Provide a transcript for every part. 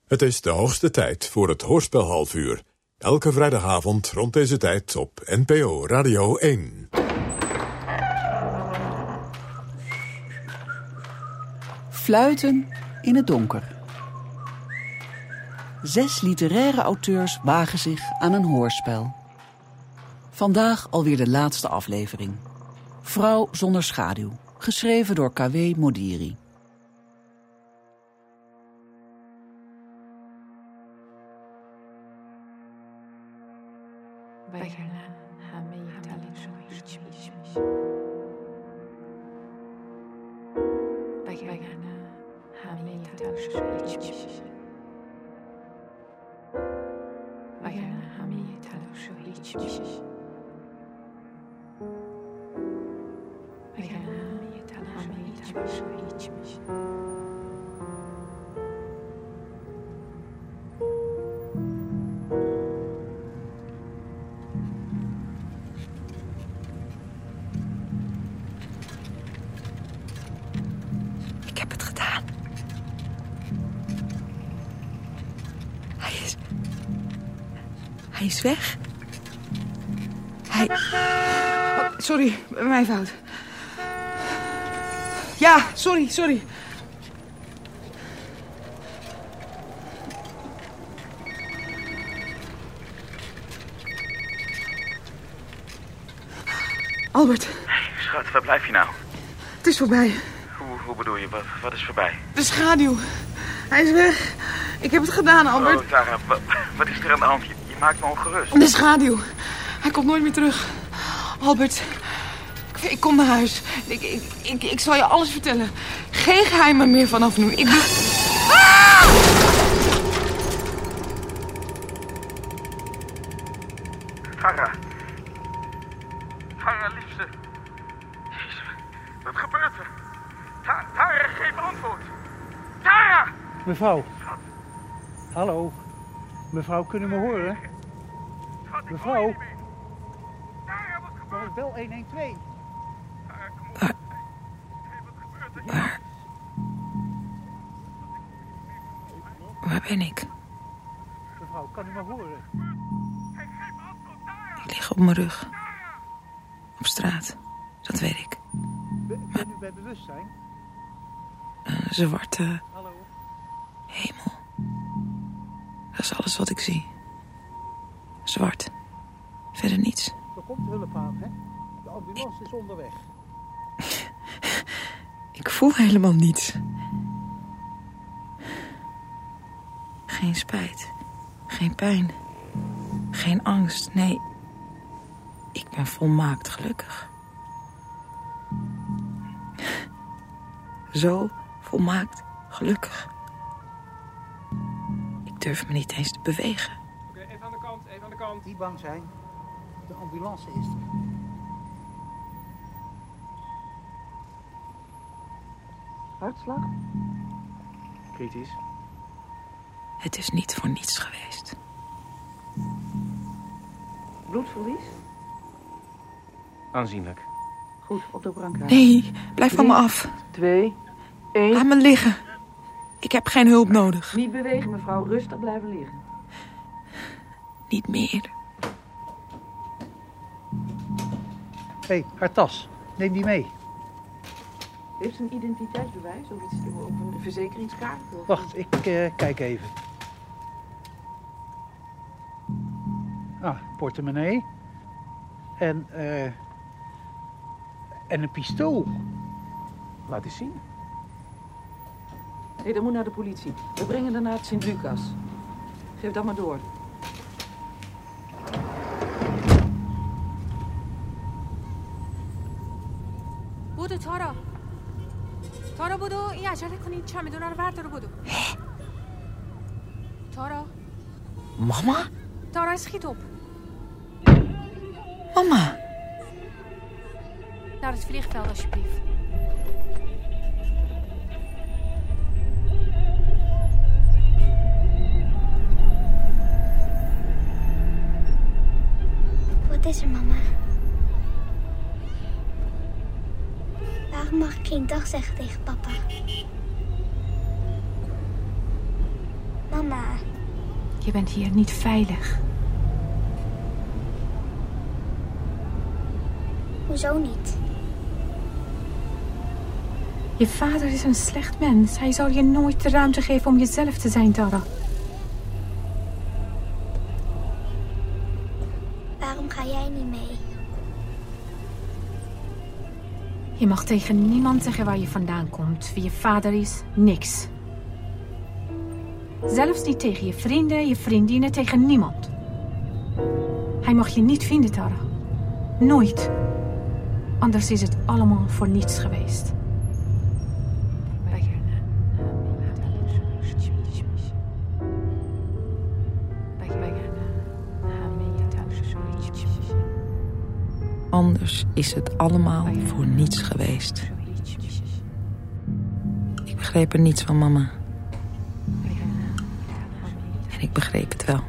Het is de hoogste tijd voor het Hoorspel halfuur. Elke vrijdagavond rond deze tijd op NPO Radio 1. Fluiten in het donker. 6 literaire auteurs wagen zich aan een hoorspel. Vandaag alweer de laatste aflevering. Vrouw zonder schaduw, geschreven door K.W. Modiri. Ik heb het gedaan. Hij is weg. Oh, sorry, mijn fout. Ja, sorry. Albert. Hey, schat, waar blijf je nou? Het is voorbij. Hoe bedoel je? Wat is voorbij? De schaduw. Hij is weg. Ik heb het gedaan, Albert. Oh, Tara, wat is er aan de hand? Je maakt me ongerust. De schaduw. Hij komt nooit meer terug. Albert, ik kom naar huis. Ik zal je alles vertellen. Geen geheimen meer vanaf nu. Ik doe... Ah! Tara, liefste. Jezus, wat gebeurt er? Tara, geef antwoord. Tara! Mevrouw. Hallo. Mevrouw, kunnen we me horen? Mevrouw. Tara, wat gebeurt er? Bel 112. Tara, kom op. Wat gebeurt er? Waar ben ik? Mevrouw, kan u me horen? Geef antwoord, Tara! Ik lig op mijn rug. Op straat. Dat weet ik. Ben u bij bewustzijn? Een zwarte Hallo. hemel. Dat is alles wat ik zie. Zwart. Verder niets. Er komt hulp aan, hè? De ambulance is onderweg. Ik voel helemaal niets. Geen spijt. Geen pijn. Geen angst. Nee. Ik ben volmaakt gelukkig. Zo volmaakt gelukkig. Ik durf me niet eens te bewegen. Oké, even aan de kant. Niet bang zijn. De ambulance is er. Hartslag? Kritisch. Het is niet voor niets geweest. Bloedverlies? Aanzienlijk. Goed, op de brancard. Nee, blijf van me af. 2, 1. Laat me liggen. Ik heb geen hulp nodig. Niet bewegen, mevrouw. Rustig blijven liggen. Niet meer. Hé, haar tas. Neem die mee. Heeft ze een identiteitsbewijs of iets of een verzekeringskaart? Of... Wacht, ik kijk even. Portemonnee. En een pistool. Laat eens zien. Nee, dat moet naar de politie. We brengen haar naar het Sint-Lucas. Geef dat maar door. بودو تارا بودو این عجله کنید چمدونا رو بردار بودو تارا Mama? تارا schiet op Mama? naar het vliegveld alsjeblieft. Wat is er, mama? Waarom mag ik geen dag zeggen tegen papa? Mama, Mama. Je bent hier niet veilig. Hoezo niet? Je vader is een slecht mens. Hij zal je nooit de ruimte geven om jezelf te zijn, Tara. Waarom ga jij niet mee? Je mag tegen niemand zeggen waar je vandaan komt. Wie je vader is, niks. Zelfs niet tegen je vrienden, je vriendinnen, tegen niemand. Hij mag je niet vinden, Tara. Nooit. Anders is het allemaal voor niets geweest. Anders is het allemaal voor niets geweest. Ik begreep er niets van, mama. En ik begreep het wel.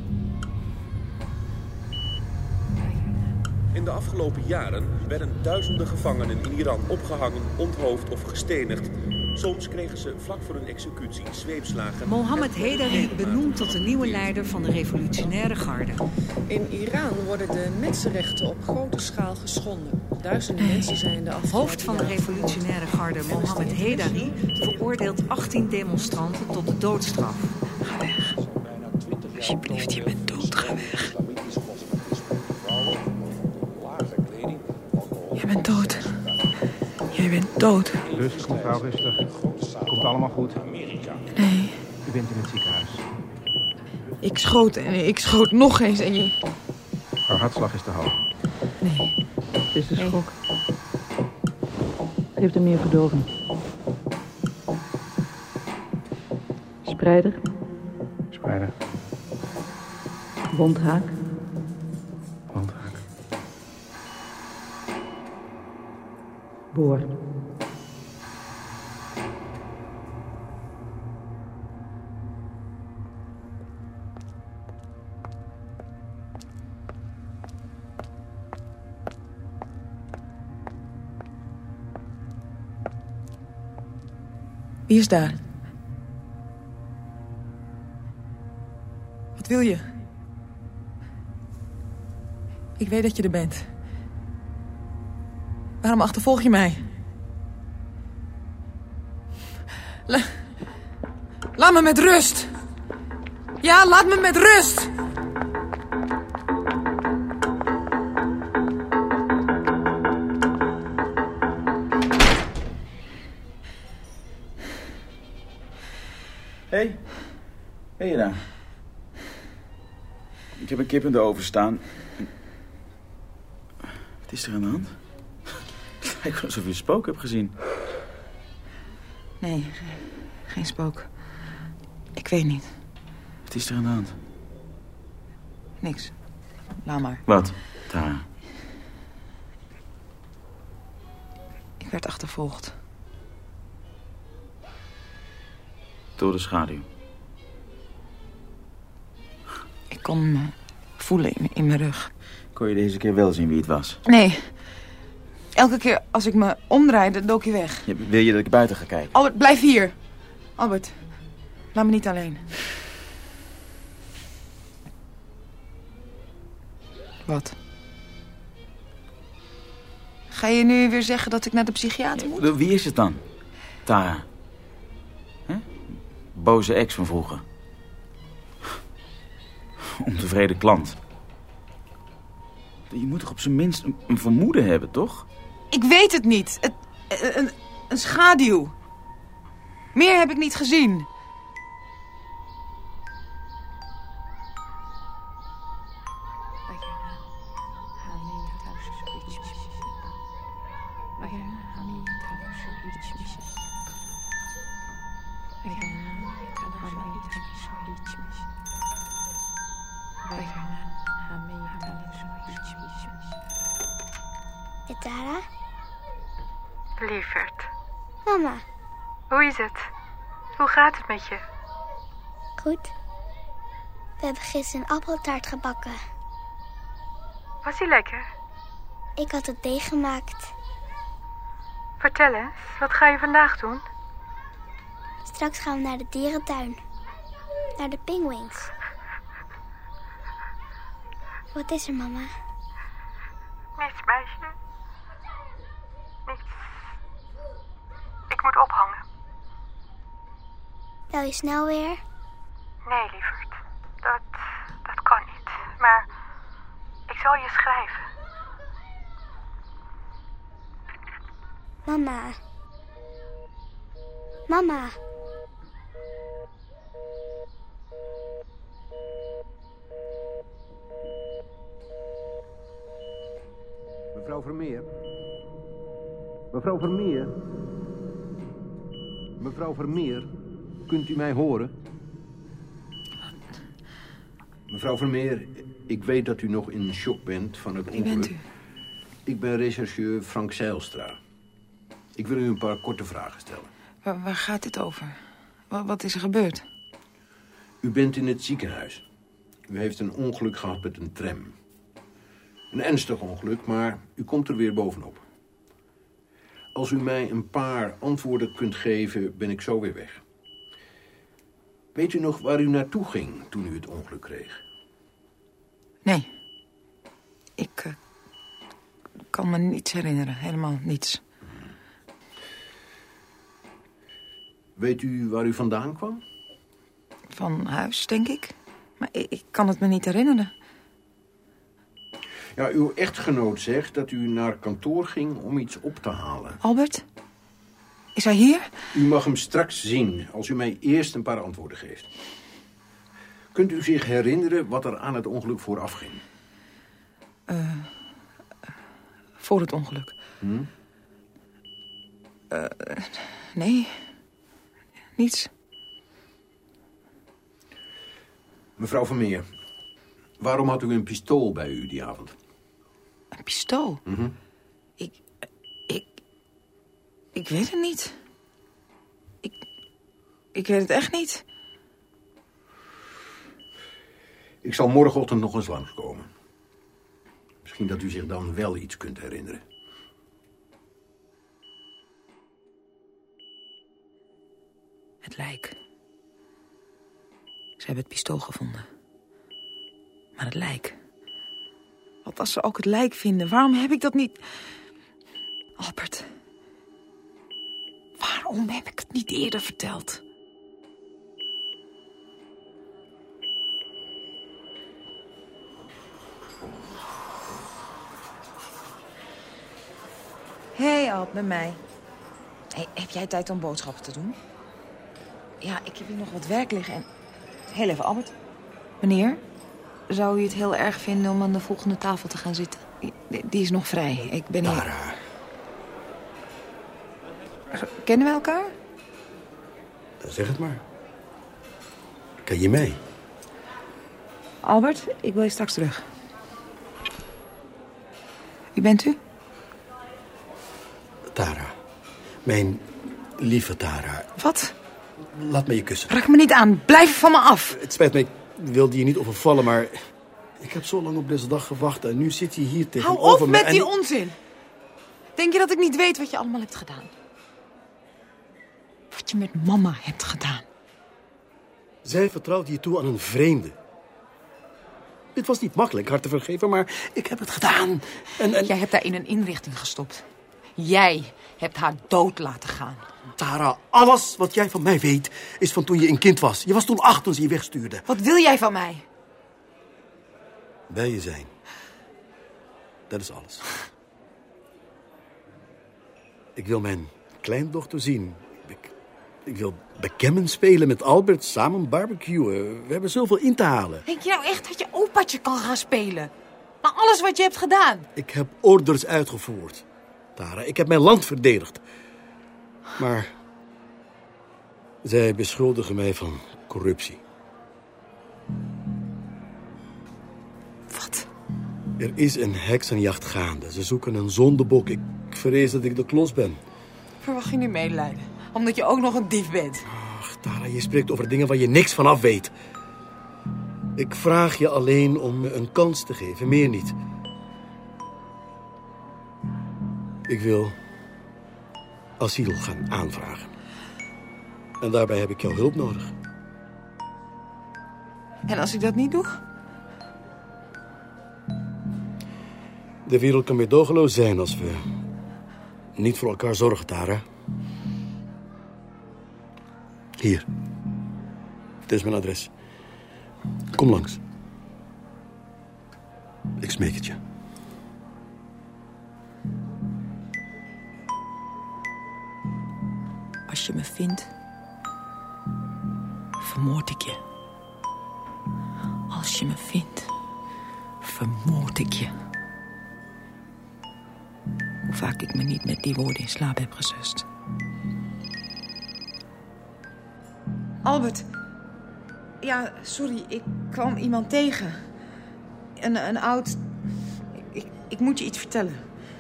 In de afgelopen jaren werden duizenden gevangenen in Iran opgehangen, onthoofd of gestenigd. Soms kregen ze vlak voor hun executie zweepslagen. Mohammed Hedari benoemd tot de nieuwe leider van de revolutionaire garde. In Iran worden de mensenrechten op grote schaal geschonden. Duizenden mensen zijn de afgelopen Hoofd van de revolutionaire garde Mohammed Hedari veroordeelt 18 demonstranten tot de doodstraf. Ga weg. Alsjeblieft, je bent dood. Ga weg. Je bent dood. Jij bent dood. Rustig, mevrouw, rustig. Komt allemaal goed. Nee. U bent in het ziekenhuis. Ik schoot en ik schoot nog eens en je... Haar hartslag is te hoog. Nee, het is de schok. Geef hem meer verdoving. Spreider. Spreider. Wondhaak. Wondhaak. Boor. Wie is daar? Wat wil je? Ik weet dat je er bent. Waarom achtervolg je mij? Laat me met rust! Ja, laat me met rust! Hé, ben je daar? Ik heb een kip in de oven staan. Wat is er aan de hand? Het lijkt alsof je een spook hebt gezien. Nee, geen spook. Ik weet niet. Wat is er aan de hand? Niks. Laat maar. Wat, Tara? Ik werd achtervolgd. Door de schaduw. Ik kon me voelen in mijn rug. Kon je deze keer wel zien wie het was? Nee. Elke keer als ik me omdraaide, dook je weg. Wil je dat ik buiten ga kijken? Albert, blijf hier. Albert, laat me niet alleen. Wat? Ga je nu weer zeggen dat ik naar de psychiater moet? Wie is het dan? Tara. Boze ex van vroeger. Ontevreden klant. Je moet toch op zijn minst een vermoeden hebben, toch? Ik weet het niet. Een schaduw. Meer heb ik niet gezien. Tara? Lieverd. Mama. Hoe is het? Hoe gaat het met je? Goed. We hebben gisteren een appeltaart gebakken. Was die lekker? Ik had het deeg gemaakt. Vertel eens, wat ga je vandaag doen? Straks gaan we naar de dierentuin. Naar de Penguins. Wat is er, mama? Niets, meisje. Niets. Ik moet ophangen. Bel je snel weer? Nee, lieverd. Dat kan niet. Maar ik zal je schrijven. Mama. Mama. Mevrouw Vermeer? Mevrouw Vermeer? Mevrouw Vermeer, kunt u mij horen? Mevrouw Vermeer, ik weet dat u nog in shock bent van het ongeluk. Wie bent u? Ik ben rechercheur Frank Zijlstra. Ik wil u een paar korte vragen stellen. Waar gaat dit over? Wat is er gebeurd? U bent in het ziekenhuis. U heeft een ongeluk gehad met een tram. Een ernstig ongeluk, maar u komt er weer bovenop. Als u mij een paar antwoorden kunt geven, ben ik zo weer weg. Weet u nog waar u naartoe ging toen u het ongeluk kreeg? Nee. Ik kan me niets herinneren. Helemaal niets. Weet u waar u vandaan kwam? Van huis, denk ik. Maar ik kan het me niet herinneren. Ja, uw echtgenoot zegt dat u naar kantoor ging om iets op te halen. Albert? Is hij hier? U mag hem straks zien, als u mij eerst een paar antwoorden geeft. Kunt u zich herinneren wat er aan het ongeluk vooraf ging? Voor het ongeluk? Nee. Niets. Mevrouw Vermeer, waarom had u een pistool bij u die avond? Een pistool? Ik weet het niet. Ik weet het echt niet. Ik zal morgenochtend nog eens langskomen. Misschien dat u zich dan wel iets kunt herinneren. Het lijk. Ze hebben het pistool gevonden. Maar het lijk... Wat als ze ook het lijk vinden? Waarom heb ik dat niet... Albert. Waarom heb ik het niet eerder verteld? Hey Alp, met mij. Hey, heb jij tijd om boodschappen te doen? Ja, ik heb hier nog wat werk liggen en... Heel even, Albert. Meneer, zou u het heel erg vinden om aan de volgende tafel te gaan zitten? Die is nog vrij. Ik ben hier... Tara. Kennen we elkaar? Zeg het maar. Ken je mij? Albert, ik wil je straks terug. Wie bent u? Tara. Mijn lieve Tara. Wat? Laat me je kussen. Raak me niet aan. Blijf van me af. Het spijt me, ik wilde je niet overvallen, maar... Ik heb zo lang op deze dag gewacht en nu zit je hier tegenover me. Hou op met die onzin. Denk je dat ik niet weet wat je allemaal hebt gedaan? Wat je met mama hebt gedaan. Zij vertrouwde je toe aan een vreemde. Het was niet makkelijk haar te vergeven, maar ik heb het gedaan. En... Jij hebt haar in een inrichting gestopt. Jij hebt haar dood laten gaan. Tara, alles wat jij van mij weet is van toen je een kind was. Je was toen 8 toen ze je wegstuurde. Wat wil jij van mij? Bij je zijn. Dat is alles. Ik wil mijn kleindochter zien. Ik wil backgammon spelen met Albert, samen barbecuen. We hebben zoveel in te halen. Denk je nou echt dat je opaatje kan gaan spelen? Na alles wat je hebt gedaan? Ik heb orders uitgevoerd, Tara. Ik heb mijn land verdedigd. Maar zij beschuldigen mij van corruptie. Wat? Er is een heksenjacht gaande. Ze zoeken een zondebok. Ik vrees dat ik de klos ben. Verwacht je nu medelijden? Omdat je ook nog een dief bent. Ach, Tara, je spreekt over dingen waar je niks van af weet. Ik vraag je alleen om me een kans te geven, meer niet. Ik wil asiel gaan aanvragen. En daarbij heb ik jouw hulp nodig. En als ik dat niet doe? De wereld kan meedogenloos zijn als we niet voor elkaar zorgen, Tara. Hier. Dit is mijn adres. Kom langs. Ik smeek het je. Als je me vindt, vermoord ik je. Als je me vindt, vermoord ik je. Hoe vaak ik me niet met die woorden in slaap heb gesust. Albert. Ja, sorry, ik kwam iemand tegen. Een oud... Ik moet je iets vertellen.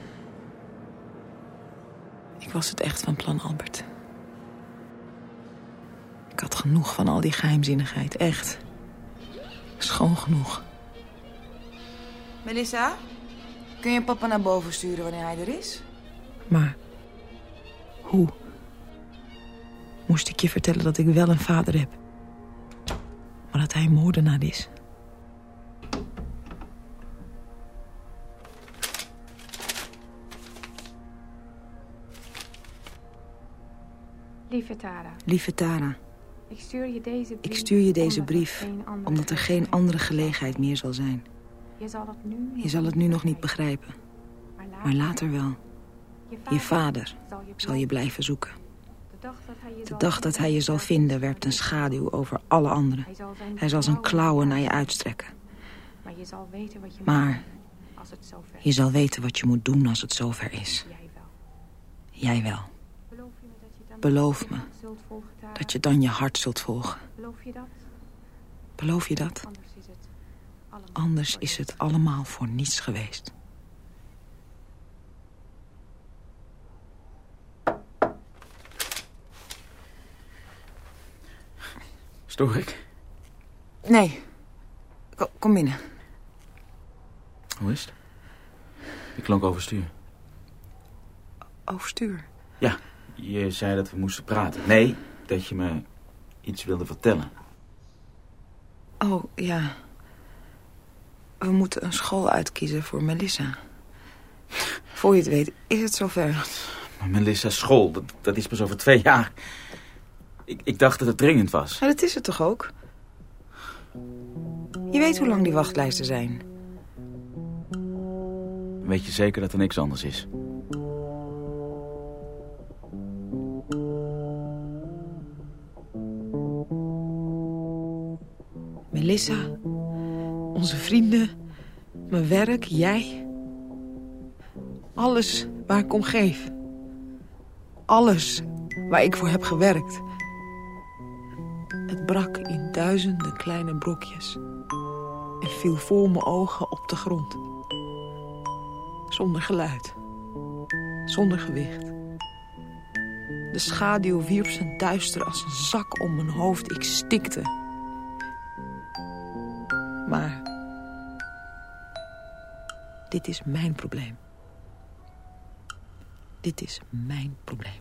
Ik was het echt van plan, Albert. Ik had genoeg van al die geheimzinnigheid, echt. Schoon genoeg. Melissa, kun je papa naar boven sturen wanneer hij er is? Maar hoe? Moest ik je vertellen dat ik wel een vader heb, maar dat hij een moordenaar is? Lieve Tara. Lieve Tara. Ik stuur je deze brief omdat er geen andere gelegenheid meer zal zijn. Je zal het nu nog niet begrijpen. Maar later wel. Je vader zal je blijven zoeken. De dag dat hij je zal vinden werpt een schaduw over alle anderen. Hij zal zijn klauwen naar je uitstrekken. Maar je zal weten wat je moet doen als het zover is. Jij wel. Beloof me dat je dan je hart zult volgen. Beloof je dat? Anders is het allemaal voor niets geweest. Stoor ik? Nee. Kom binnen. Hoe is het? Je klonk overstuur. Overstuur? Ja, je zei dat we moesten praten. Nee, dat je me iets wilde vertellen. Oh, ja. We moeten een school uitkiezen voor Melissa. Voor je het weet, is het zover. Maar Melissa's school, dat is pas over 2 jaar. Ik dacht dat het dringend was. Maar dat is het toch ook? Je weet hoe lang die wachtlijsten zijn. Weet je zeker dat er niks anders is? Melissa, onze vrienden, mijn werk, jij. Alles waar ik om geef. Alles waar ik voor heb gewerkt. Het brak in duizenden kleine brokjes. En viel voor mijn ogen op de grond. Zonder geluid. Zonder gewicht. De schaduw wierp zijn duister als een zak om mijn hoofd. Ik stikte. Maar dit is mijn probleem. Dit is mijn probleem.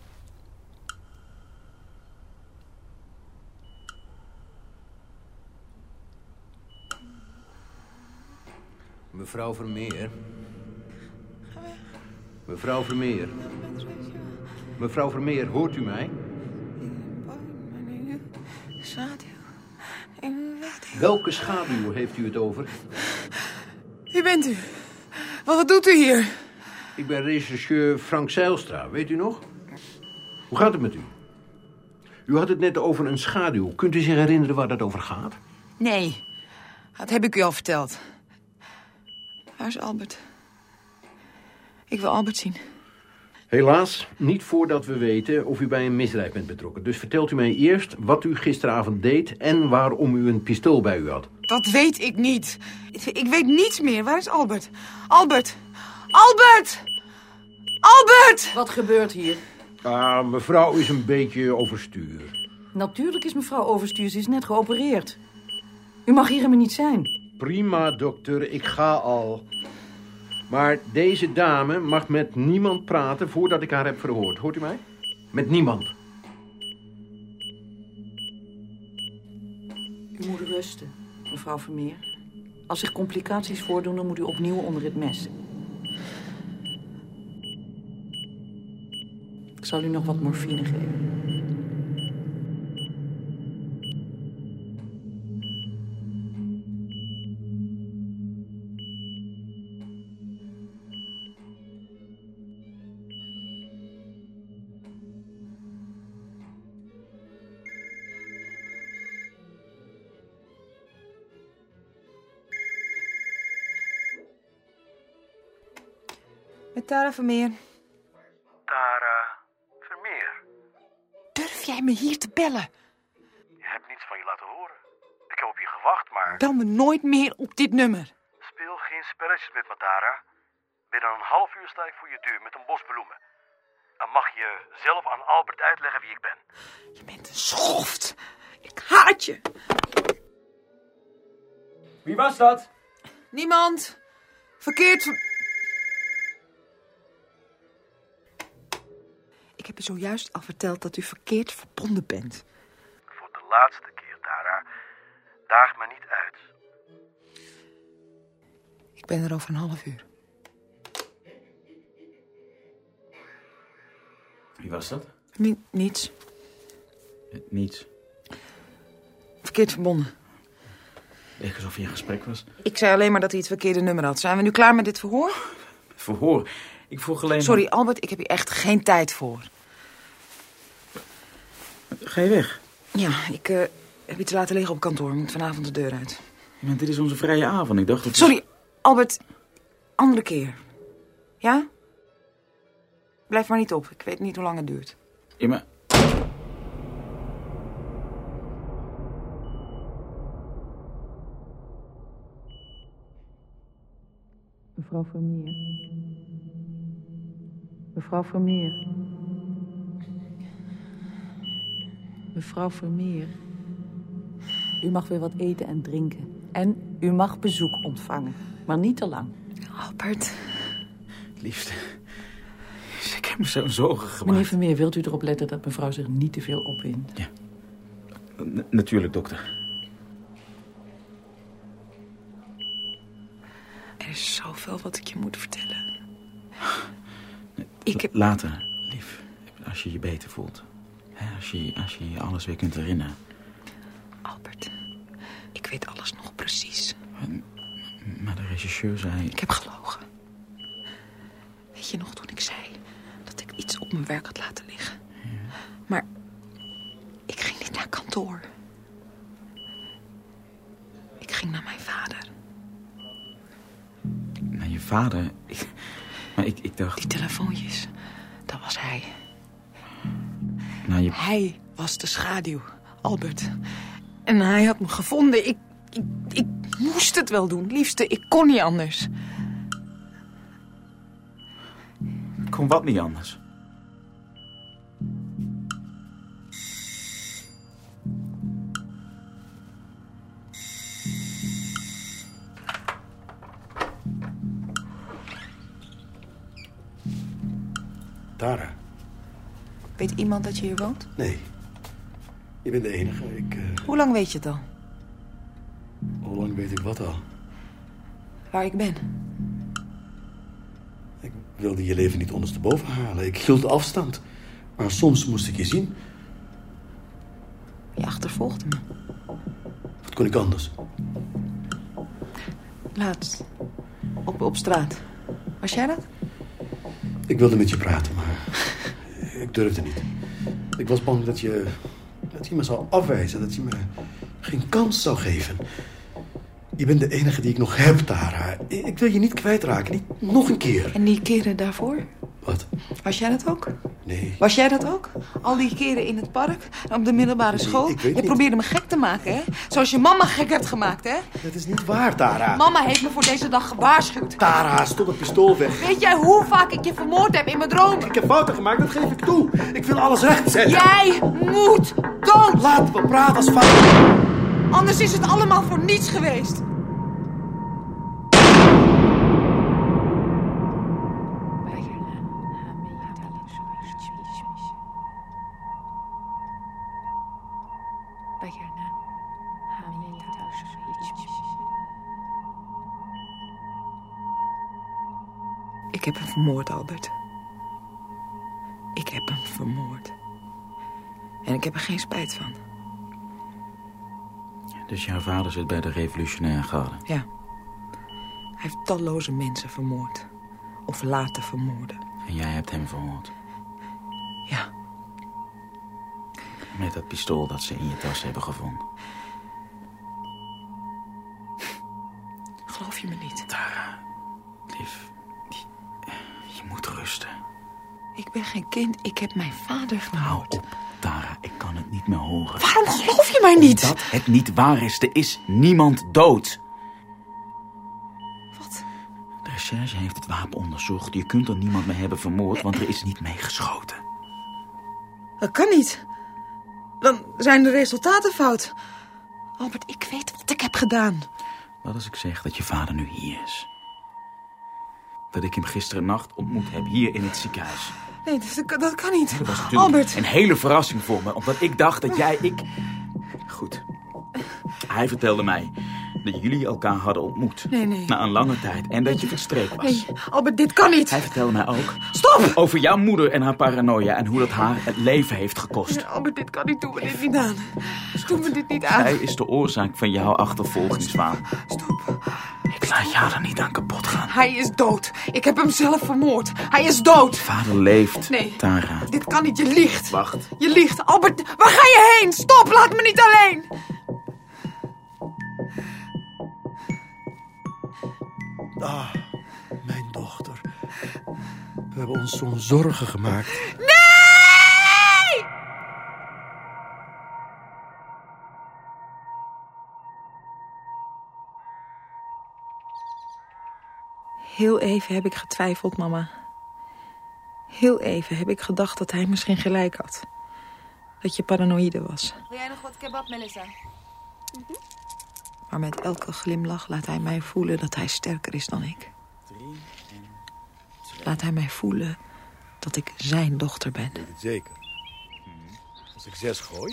Mevrouw Vermeer. Mevrouw Vermeer. Mevrouw Vermeer, hoort u mij? Schaduw. Welke schaduw heeft u het over? Wie bent u? Wat doet u hier? Ik ben rechercheur Frank Zijlstra, weet u nog? Hoe gaat het met u? U had het net over een schaduw. Kunt u zich herinneren waar dat over gaat? Nee, dat heb ik u al verteld. Waar is Albert? Ik wil Albert zien. Helaas, niet voordat we weten of u bij een misdrijf bent betrokken. Dus vertelt u mij eerst wat u gisteravond deed en waarom u een pistool bij u had. Dat weet ik niet. Ik weet niets meer. Waar is Albert? Albert! Albert! Albert! Wat gebeurt hier? Mevrouw is een beetje overstuur. Natuurlijk is mevrouw overstuur. Ze is net geopereerd. U mag hier helemaal niet zijn. Prima, dokter. Ik ga al. Maar deze dame mag met niemand praten voordat ik haar heb verhoord. Hoort u mij? Met niemand. U moet rusten. mevrouw Vermeer. Als zich complicaties voordoen, dan moet u opnieuw onder het mes. Ik zal u nog wat morfine geven. Met Tara Vermeer. Tara Vermeer. Durf jij me hier te bellen? Je hebt niets van je laten horen. Ik heb op je gewacht, maar... Bel me nooit meer op dit nummer. Speel geen spelletjes met me, Tara. Binnen een half uur sta ik voor je deur met een bos bloemen. Dan mag je zelf aan Albert uitleggen wie ik ben. Je bent een schoft. Ik haat je. Wie was dat? Niemand. Verkeerd... Ik heb u zojuist al verteld dat u verkeerd verbonden bent. Voor de laatste keer, Tara. Daag me niet uit. Ik ben er over een half uur. Wie was dat? Niets. Niets. Verkeerd verbonden. Leek alsof je in gesprek was. Ik zei alleen maar dat hij het verkeerde nummer had. Zijn we nu klaar met dit verhoor? Verhoor? Ik vroeg alleen... Sorry, Albert, ik heb hier echt geen tijd voor. Ga je weg? Ja, ik heb iets laten liggen op kantoor. Ik moet vanavond de deur uit. Ja, maar dit is onze vrije avond. Ik dacht dat... Sorry, Albert. Andere keer. Ja? Blijf maar niet op. Ik weet niet hoe lang het duurt. Ja, maar... Mevrouw Vermeer. Mevrouw Vermeer. Mevrouw Vermeer. U mag weer wat eten en drinken. En u mag bezoek ontvangen. Maar niet te lang. Albert. Liefste. Ik heb me zo'n zorgen gemaakt. Meneer Vermeer, wilt u erop letten dat mevrouw zich niet te veel opwindt? Ja. Natuurlijk, dokter. Er is zoveel wat ik je moet vertellen. Later, lief. Als je je beter voelt. Als je je alles weer kunt herinneren. Albert, ik weet alles nog precies. Maar de regisseur zei... Ik heb gelogen. Weet je nog toen ik zei dat ik iets op mijn werk had laten liggen? Ja. Maar ik ging niet naar kantoor. Ik ging naar mijn vader. Naar je vader? Ik dacht... Die telefoontjes, dat was hij. Nou, Hij was de schaduw, Albert. En hij had me gevonden. Ik moest het wel doen, liefste. Ik kon niet anders. Kon wat niet anders? Tara. Weet iemand dat je hier woont? Nee. Je bent de enige. Hoe lang weet je het al? Hoe lang weet ik wat al? Waar ik ben? Ik wilde je leven niet ondersteboven halen. Ik hield afstand. Maar soms moest ik je zien. Je achtervolgde me. Wat kon ik anders? Laatst. Op straat. Was jij dat? Ik wilde met je praten, maar ik durfde niet. Ik was bang dat je me zou afwijzen. Dat je me geen kans zou geven. Je bent de enige die ik nog heb, Tara. Ik wil je niet kwijtraken. Niet nog een keer. En die keren daarvoor? Wat? Was jij dat ook? Nee. Was jij dat ook? Al die keren in het park, op de middelbare school. Je probeerde me gek te maken, hè? Zoals je mama gek hebt gemaakt, hè? Dat is niet waar, Tara. Mama heeft me voor deze dag gewaarschuwd. Tara, stop het pistool weg. Weet jij hoe vaak ik je vermoord heb in mijn dromen? Ik heb fouten gemaakt, dat geef ik toe. Ik wil alles rechtzetten. Jij moet dood! Laten we praten als vader. Anders is het allemaal voor niets geweest. Bijna. Ik heb hem vermoord, Albert. Ik heb hem vermoord. En ik heb er geen spijt van. Dus jouw vader zit bij de revolutionaire garde? Ja. Hij heeft talloze mensen vermoord. Of laten vermoorden. En jij hebt hem vermoord? Ja. Met dat pistool dat ze in je tas hebben gevonden? Geloof je me niet? Tara, lief, je moet rusten. Ik ben geen kind, ik heb mijn vader vermoord. Hou op, Tara, ik kan het niet meer horen. Waarom geloof je mij niet? Omdat het niet waar is, er is niemand dood. Wat? De recherche heeft het wapen onderzocht. Je kunt er niemand mee hebben vermoord, want er is niet mee geschoten. Dat kan niet. Dan zijn de resultaten fout. Albert, ik weet wat ik heb gedaan. Wat als ik zeg dat je vader nu hier is? Dat ik hem gisterennacht ontmoet heb, hier in het ziekenhuis. Nee, dat kan niet. Dat was natuurlijk Albert. een hele verrassing voor me, omdat ik dacht dat jij... Goed. Hij vertelde mij dat jullie elkaar hadden ontmoet. Nee. Na een lange tijd en dat je verstreken was. Nee, Albert, dit kan niet. Hij vertelde mij ook... Stop! Over jouw moeder en haar paranoia en hoe dat haar het leven heeft gekost. Nee, Albert, dit kan niet. Doe me dit niet aan. Doe me dit niet aan. Zij is de oorzaak van jouw achtervolgingswaan. Stop. Ik laat jou er niet aan kapot gaan. Hij is dood. Ik heb hem zelf vermoord. Hij is dood. Vader leeft, nee. Tara. Dit kan niet, je liegt. Wacht. Je liegt. Albert, waar ga je heen? Stop, laat me niet alleen. Ah, mijn dochter. We hebben ons zo'n zorgen gemaakt. Nee! Heel even heb ik getwijfeld, mama. Heel even heb ik gedacht dat hij misschien gelijk had. Dat je paranoïde was. Wil jij nog wat kebab, Melissa? Maar met elke glimlach laat hij mij voelen dat hij sterker is dan ik. Laat hij mij voelen dat ik zijn dochter ben. Weet het zeker? Als ik 6 gooi...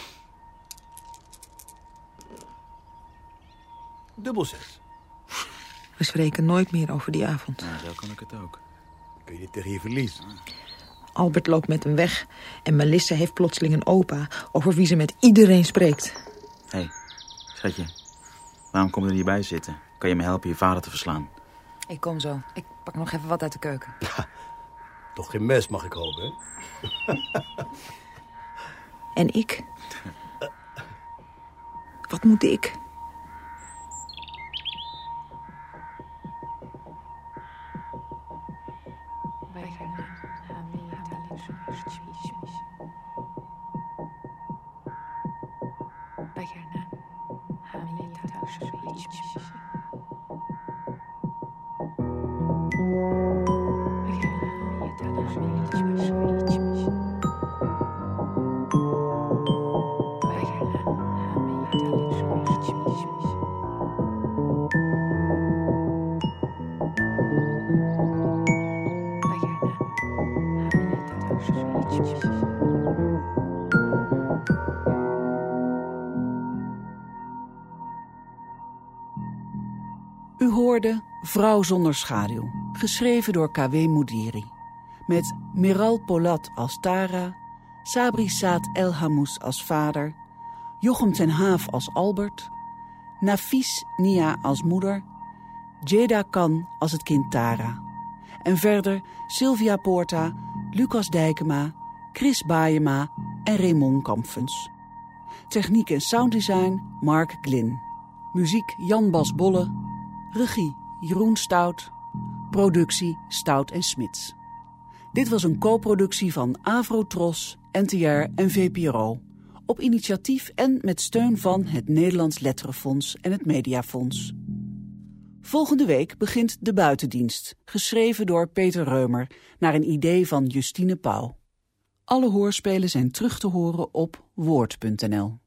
Dubbel 6. We spreken nooit meer over die avond. Nou, zo kan ik het ook. Kun je niet tegen je verliezen. Albert loopt met hem weg. En Melissa heeft plotseling een opa over wie ze met iedereen spreekt. Hé, schatje. Waarom kom je er niet bij zitten? Kan je me helpen je vader te verslaan? Ik kom zo. Ik pak nog even wat uit de keuken. Ja, toch geen mes, mag ik hopen, hè? En ik? Wat moet ik? U hoorde Vrouw zonder schaduw, geschreven door K.W. Moudiri. Met Miral Polat als Tara, Sabri Saad El Hamous als vader, Jochem ten Haaf als Albert, Nafis Nia als moeder, Jeda Khan als het kind Tara. En verder Sylvia Poorta, Lucas Dijkema, Chris Baayema en Raymond Kampfens. Techniek en sounddesign Mark Glynn. Muziek Jan Bas Bolle. Regie Jeroen Stout. Productie Stout en Smits. Dit was een co-productie van Avrotros, NTR en VPRO. Op initiatief en met steun van het Nederlands Letterenfonds en het Mediafonds. Volgende week begint De Buitendienst, geschreven door Peter Reumer, naar een idee van Justine Pauw. Alle hoorspelen zijn terug te horen op woord.nl.